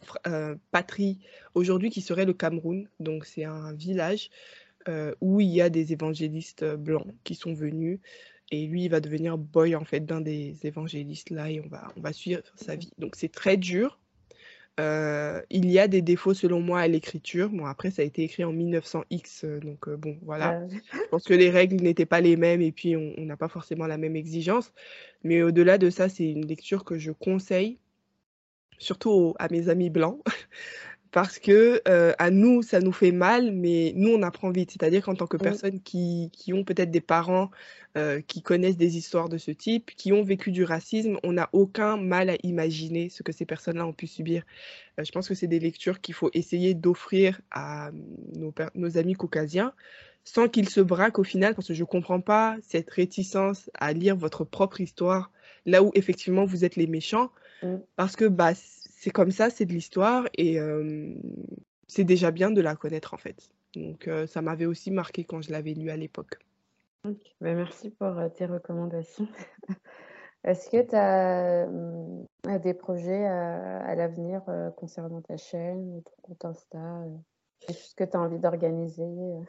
patrie aujourd'hui qui serait le Cameroun. Donc c'est un village où il y a des évangélistes blancs qui sont venus. Et lui, il va devenir boy en fait d'un des évangélistes là et on va suivre sa vie. Donc c'est très dur. Il y a des défauts selon moi à l'écriture. Bon, après, ça a été écrit en 1900X, donc bon, voilà. Euh, Je pense que les règles n'étaient pas les mêmes et puis on n'a pas forcément la même exigence. Mais au-delà de ça, c'est une lecture que je conseille, surtout à mes amis blancs. Parce que, à nous, ça nous fait mal, mais nous, on apprend vite. C'est-à-dire qu'en tant que mm, personnes qui ont peut-être des parents, qui connaissent des histoires de ce type, qui ont vécu du racisme, on n'a aucun mal à imaginer ce que ces personnes-là ont pu subir. Je pense que c'est des lectures qu'il faut essayer d'offrir à nos amis caucasiens, sans qu'ils se braquent au final, parce que je comprends pas cette réticence à lire votre propre histoire, là où effectivement vous êtes les méchants. mm. Parce que bah, c'est comme ça, c'est de l'histoire et c'est déjà bien de la connaître en fait. Donc ça m'avait aussi marqué quand je l'avais lu à l'époque. Ok. Ben, merci pour tes recommandations. Est-ce que tu as des projets à l'avenir concernant ta chaîne ou ton compte Insta, des choses que tu as envie d'organiser?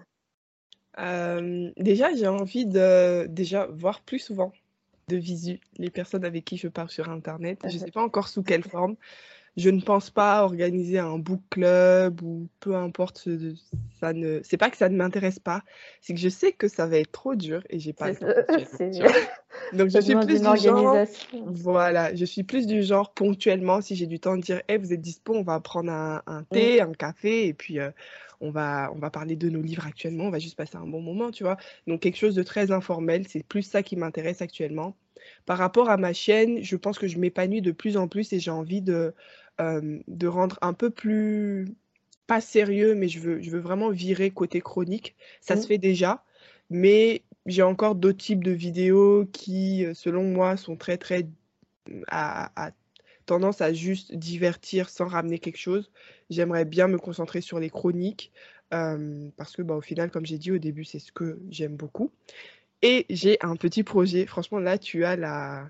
Déjà, j'ai envie de déjà voir plus souvent de visu les personnes avec qui je parle sur internet. Je sais pas encore sous quelle forme. Je ne pense pas organiser un book club ou peu importe, c'est pas que ça ne m'intéresse pas, c'est que je sais que ça va être trop dur et j'ai pas C'est le temps ça, actuellement, tu vois? Donc je ça suis demande plus une du genre organisation. voilà, je suis plus du genre ponctuellement, si j'ai du temps, de dire: «Hey, vous êtes dispo? On va prendre un Mmh, thé, un café et puis, on va parler de nos livres actuellement, on va juste passer un bon moment», tu vois? Donc quelque chose de très informel, c'est plus ça qui m'intéresse actuellement. Par rapport à ma chaîne, je pense que je m'épanouis de plus en plus et j'ai envie de rendre un peu plus pas sérieux, mais je veux vraiment virer côté chronique. Ça se mmh, fait déjà, mais j'ai encore d'autres types de vidéos qui, selon moi, sont très, très à tendance à juste divertir sans ramener quelque chose. J'aimerais bien me concentrer sur les chroniques, parce que, bah, au final, comme j'ai dit au début, c'est ce que j'aime beaucoup et j'ai un petit projet. Franchement, là, tu as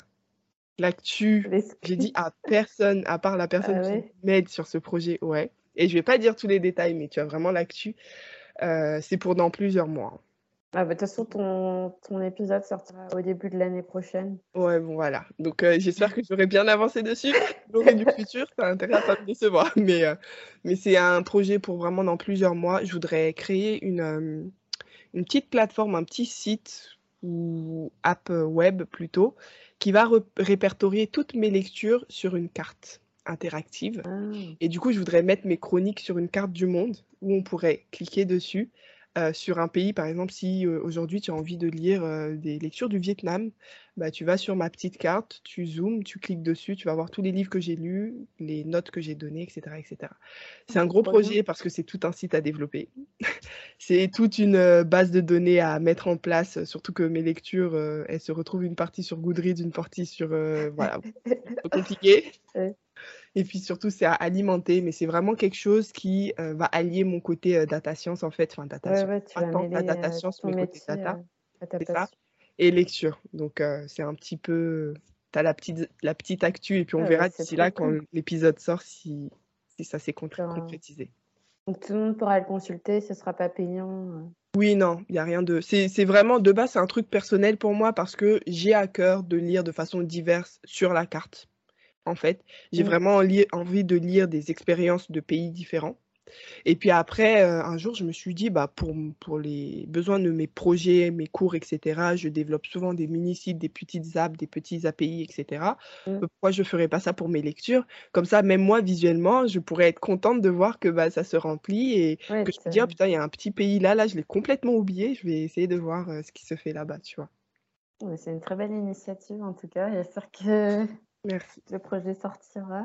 l'actu. J'ai dit l'esprit. à personne, à part la personne Ah qui ouais? m'aide sur ce projet, ouais. Et je vais pas dire tous les détails, mais tu as vraiment l'actu. C'est pour dans plusieurs mois. Ah bah, de toute façon, ton épisode sortira au début de l'année prochaine. Ouais, bon voilà. Donc j'espère que j'aurai bien avancé dessus. L'Aurélie du futur, tu as intérêt à pas me décevoir. Mais c'est un projet pour vraiment dans plusieurs mois. Je voudrais créer une petite plateforme, un petit site ou app web plutôt, qui va répertorier toutes mes lectures sur une carte interactive. Ah, Et du coup, je voudrais mettre mes chroniques sur une carte du monde où on pourrait cliquer dessus. Sur un pays, par exemple, si aujourd'hui tu as envie de lire des lectures du Vietnam, bah, tu vas sur ma petite carte, tu zoomes, tu cliques dessus, tu vas voir tous les livres que j'ai lus, les notes que j'ai données, etc., etc. C'est un c'est gros trop bien. projet parce que c'est tout un site à développer. C'est toute une base de données à mettre en place, surtout que mes lectures, elles se retrouvent une partie sur Goodreads, une partie sur, voilà, c'est un peu compliqué. Ouais, Et puis surtout, c'est à alimenter, mais c'est vraiment quelque chose qui, va allier mon côté, data science en fait, enfin data ouais, science, ouais, tu pas vas tant la mêler, data science, ton mais côté métier, data, à ta c'est ça passion. et lecture. Donc c'est un petit peu tu as la petite actu et puis on Ah bah, verra c'est d'ici trop là quand cool. l'épisode sort si ça s'est Enfin, concrétisé. donc tout le monde pourra le consulter, ce sera pas payant, Oui, non, il y a rien de c'est vraiment de base, c'est un truc personnel pour moi parce que j'ai à cœur de lire de façon diverse sur la carte, en fait. J'ai Mmh. vraiment envie de lire des expériences de pays différents. Et puis après, un jour, je me suis dit, bah, pour les besoins de mes projets, mes cours et cetera, je développe souvent des mini-sites, des petites apps, des petits API et cetera. Mmh. Pourquoi je ferais pas ça pour mes lectures? Comme ça, même moi, visuellement, je pourrais être contente de voir que, bah, ça se remplit et Ouais, que je me dis: «Oh putain, il y a un petit pays là, je l'ai complètement oublié, je vais essayer de voir, ce qui se fait là-bas», tu vois? ouais, c'est une très belle initiative en tout cas. J'espère que Merci. le projet sortira.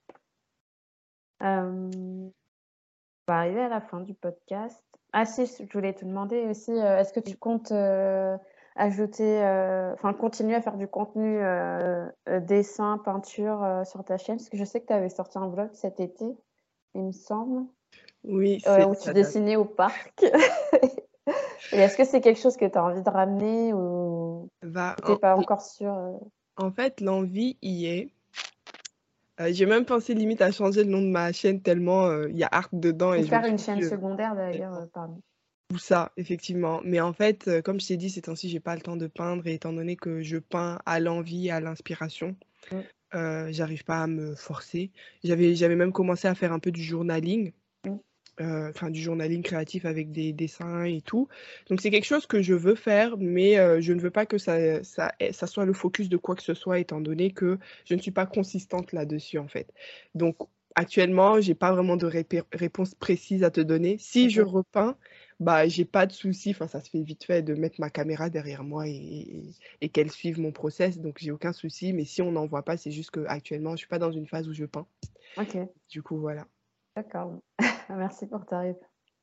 On va arriver à la fin du podcast. Ah si, je voulais te demander aussi, est-ce que tu Oui. comptes, ajouter, enfin continuer à faire du contenu, dessin, peinture, sur ta chaîne? Parce que je sais que tu avais sorti un vlog cet été, il me semble, Oui, où tu ça date. dessinais au parc. Et est-ce que c'est quelque chose que tu as envie de ramener ou Va tu es en pas encore sûre, en fait, l'envie y est. J'ai même pensé limite à changer le nom de ma chaîne tellement, il y a art dedans Ou et je me faire une suis chaîne dit, secondaire d'ailleurs, pardon. ou ça, effectivement. Mais en fait, comme je t'ai dit, ces temps-ci, j'ai pas le temps de peindre et étant donné que je peins à l'envie, à l'inspiration, Mmh, j'arrive pas à me forcer. J'avais même commencé à faire un peu du journaling, mmh, enfin du journaling créatif avec des dessins et tout. Donc c'est quelque chose que je veux faire, mais je ne veux pas que ça soit le focus de quoi que ce soit étant donné que je ne suis pas consistante là-dessus, en fait. Donc actuellement, j'ai pas vraiment de réponse précise à te donner. Si je OK. repeins, bah, j'ai pas de souci, enfin ça se fait vite fait de mettre ma caméra derrière moi et qu'elle suive mon process, donc j'ai aucun souci. Mais si on n'en voit pas, c'est juste qu'actuellement, je suis pas dans une phase où je peins. OK, Du coup, voilà. d'accord. Merci pour ta réponse.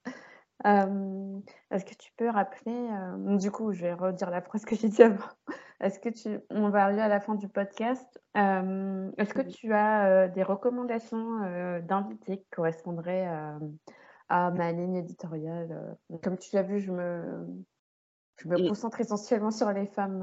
Est-ce que tu peux rappeler, du coup, je vais redire la phrase que j'ai dit avant. Est-ce que tu on va arriver à la fin du podcast. Est-ce que tu as, des recommandations, d'invités qui correspondraient, à ma ligne éditoriale? Comme tu l'as vu, je me Mmh. concentre essentiellement sur les femmes,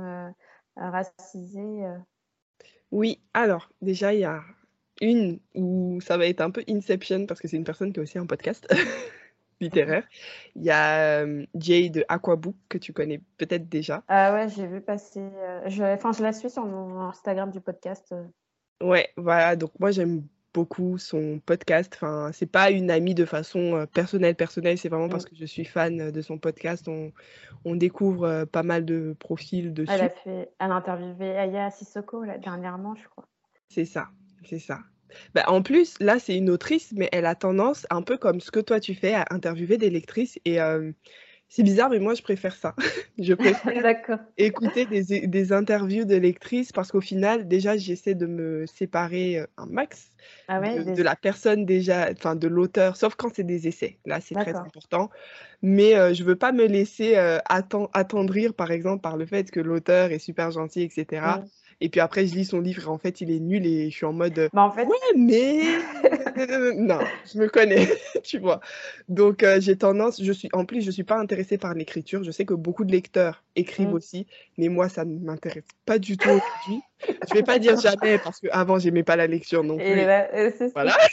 racisées, Oui, alors déjà, il y a une où ça va être un peu Inception parce que c'est une personne qui a aussi un podcast littéraire. Il y a, Jay de Aquabook que tu connais peut-être déjà. ah ouais, j'ai vu passer, je la suis sur mon Instagram du podcast, Ouais, voilà, donc moi j'aime beaucoup son podcast. Enfin, c'est pas une amie de façon, personnelle, c'est vraiment parce mmh. que je suis fan, de son podcast. On découvre, pas mal de profils dessus. Elle a interviewé Aya Sissoko là dernièrement, je crois. C'est ça, c'est ça. Bah, en plus, là, c'est une autrice, mais elle a tendance, un peu comme ce que toi tu fais, à interviewer des lectrices et c'est bizarre, mais moi je préfère ça. Je préfère D'accord. écouter des interviews de lectrices parce qu'au final, déjà, j'essaie de me séparer, un max Ah ouais, de la personne déjà enfin de l'auteur, sauf quand c'est des essais. Là, c'est très d'accord. important, mais je veux pas me laisser, attendrir, par exemple, par le fait que l'auteur est super gentil et cetera Mmh. et puis après je lis son livre et en fait, il est nul et je suis en mode, Bah, en fait «Ouais, mais non, je me connais», tu vois? Donc j'ai tendance je suis pas intéressée par l'écriture. Je sais que beaucoup de lecteurs écrivent mmh, aussi, mais moi ça ne m'intéresse pas du tout aujourd'hui. Je vais pas dire d'accord jamais parce qu'avant j'aimais pas la lecture non et plus, là, c'est ça. voilà.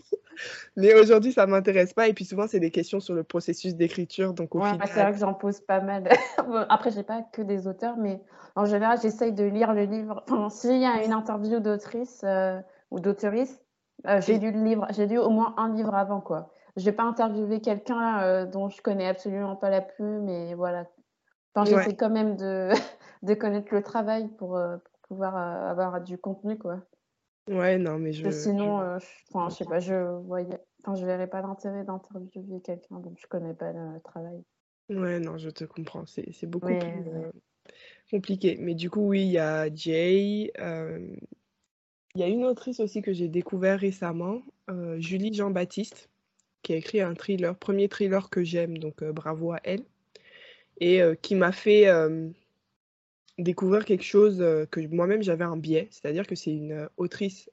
Mais aujourd'hui, ça m'intéresse pas et puis souvent, c'est des questions sur le processus d'écriture, donc au Ouais, c'est final vrai que j'en pose pas mal. Bon, après j'ai pas que des auteurs, mais en général, j'essaye de lire le livre enfin, s'il y a une interview d'autrice, ou d'auteuriste, j'ai oui, lu le livre. J'ai lu au moins un livre avant, quoi. Je vais pas interviewer quelqu'un, dont je connais absolument pas la plume et voilà. Enfin, ouais, j'essaie quand même de de connaître le travail pour pouvoir, avoir du contenu, quoi. ouais, non, mais Que je sinon, je sais comprends. pas, je verrais pas l'intérêt d'interviewer quelqu'un dont je connais pas le travail. Ouais, non, je te comprends, c'est beaucoup Mais plus, ouais. compliqué. Mais du coup, oui, il y a Jay, il y a une autrice aussi que j'ai découvert récemment, Julie Jean-Baptiste, qui a écrit un thriller, premier thriller que j'aime, donc bravo à elle et qui m'a fait, découvrir quelque chose, que moi-même j'avais un biais, c'est-à-dire que c'est une, autrice,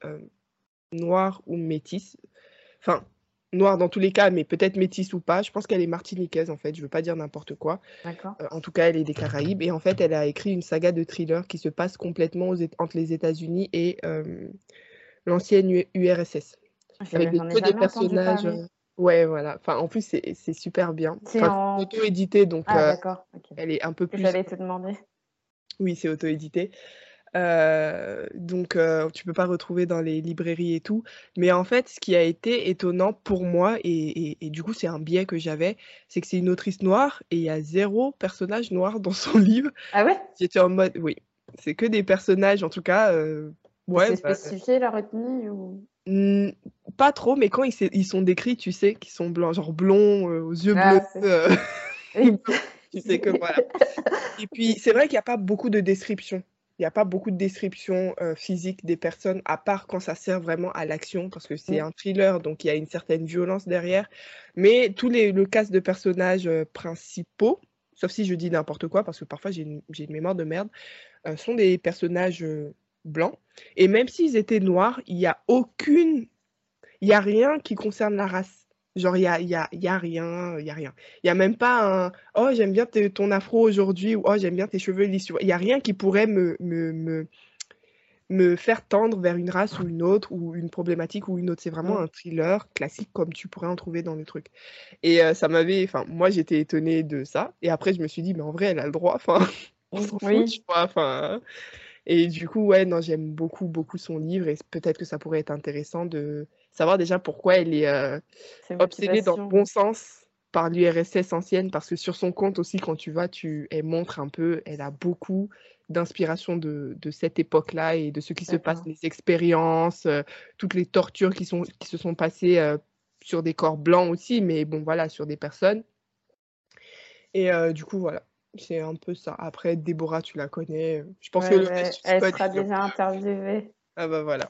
noire ou métisse. Enfin, noire dans tous les cas, mais peut-être métisse ou pas. Je pense qu'elle est martiniquaise, en fait, je veux pas dire n'importe quoi. D'accord. En tout cas, elle est des Caraïbes et en fait, elle a écrit une saga de thrillers qui se passe complètement entre les États-Unis et l'ancienne URSS. Avec J'en ai que des jamais entendu personnages, parler. ouais, voilà. Enfin, en plus, c'est super bien. C'est Enfin, c'est en auto-édité, donc ah d'accord, OK. elle est un peu plus J'allais te demander. oui, c'est auto-édité. Donc tu peux pas retrouver dans les librairies et tout. Mais en fait, ce qui a été étonnant pour moi et du coup, c'est un biais que j'avais, c'est que c'est une autrice noire et il y a zéro personnage noir dans son livre. Ah ouais? J'étais en mode oui, c'est que des personnages en tout cas, Et ouais, c'est bah, spécifié leur ethnie ou? mmh, pas trop, mais quand ils sont décrits, tu sais, qu'ils sont blancs, genre blonds, aux yeux bleus, Ah c'est oui. tu sais que voilà. Et puis, c'est vrai qu'il y a pas beaucoup de descriptions. Il y a pas beaucoup de descriptions, physiques des personnes, à part quand ça sert vraiment à l'action, parce que c'est Mmh. un thriller, donc il y a une certaine violence derrière. Mais le cast de personnages, principaux, sauf si je dis n'importe quoi, parce que parfois j'ai une mémoire de merde, sont des personnages, blancs et même s'ils étaient noirs, il y a rien qui concerne la race. Genre il y a rien, il y a rien. Il y a même pas un: «Oh j'aime bien ton afro aujourd'hui» ou «Oh j'aime bien tes cheveux lisses», tu vois? Il y a rien qui pourrait me faire tendre vers une race ou une autre, ou une problématique ou une autre. C'est vraiment Mmh. un thriller classique comme tu pourrais en trouver dans le truc. Et ça m'avait enfin, moi, j'étais étonnée de ça et après je me suis dit: «Mais en vrai, elle a le droit, enfin, on Mmh, s'en fout», tu oui, vois? Enfin et du coup, ouais, non, j'aime beaucoup, beaucoup son livre et peut-être que ça pourrait être intéressant de savoir déjà pourquoi elle est, ses obsédée dans le motivations. bon sens par l'URSS ancienne. Parce que sur son compte aussi, quand tu vas, elle montre un peu, elle a beaucoup d'inspiration de cette époque-là et de ce qui se passe, D'accord. les expériences, toutes les tortures qui se sont passées, sur des corps blancs aussi, mais bon, voilà, sur des personnes et du coup, voilà, c'est un peu ça. Après Déborah, tu la connais, je pense que Ouais, le ouais, reste, tu elle connais sera donc déjà interviewée. ah bah, voilà.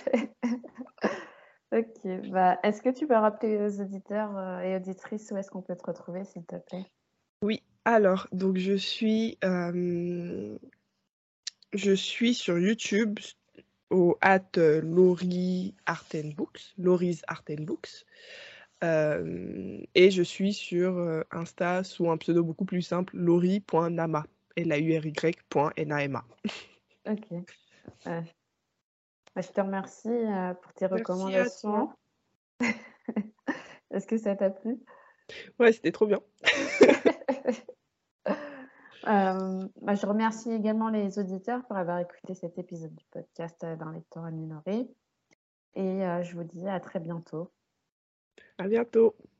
OK, bah, est-ce que tu peux rappeler aux auditeurs, et auditrices où est-ce qu'on peut te retrouver, s'il te plaît? Oui, alors donc je suis sur YouTube au @Laurie Art and Books, Laurie's Art and Books, et je suis sur, Insta sous un pseudo beaucoup plus simple, laurie.nama, LAURY.NAMA. OK, bah, je te remercie, pour tes Merci à toi. recommandations. Est-ce que ça t'a plu? Ouais, c'était trop bien. Bah, je remercie également les auditeurs pour avoir écouté cet épisode du podcast, d'un lectorat minoré et je vous dis à très bientôt. À bientôt.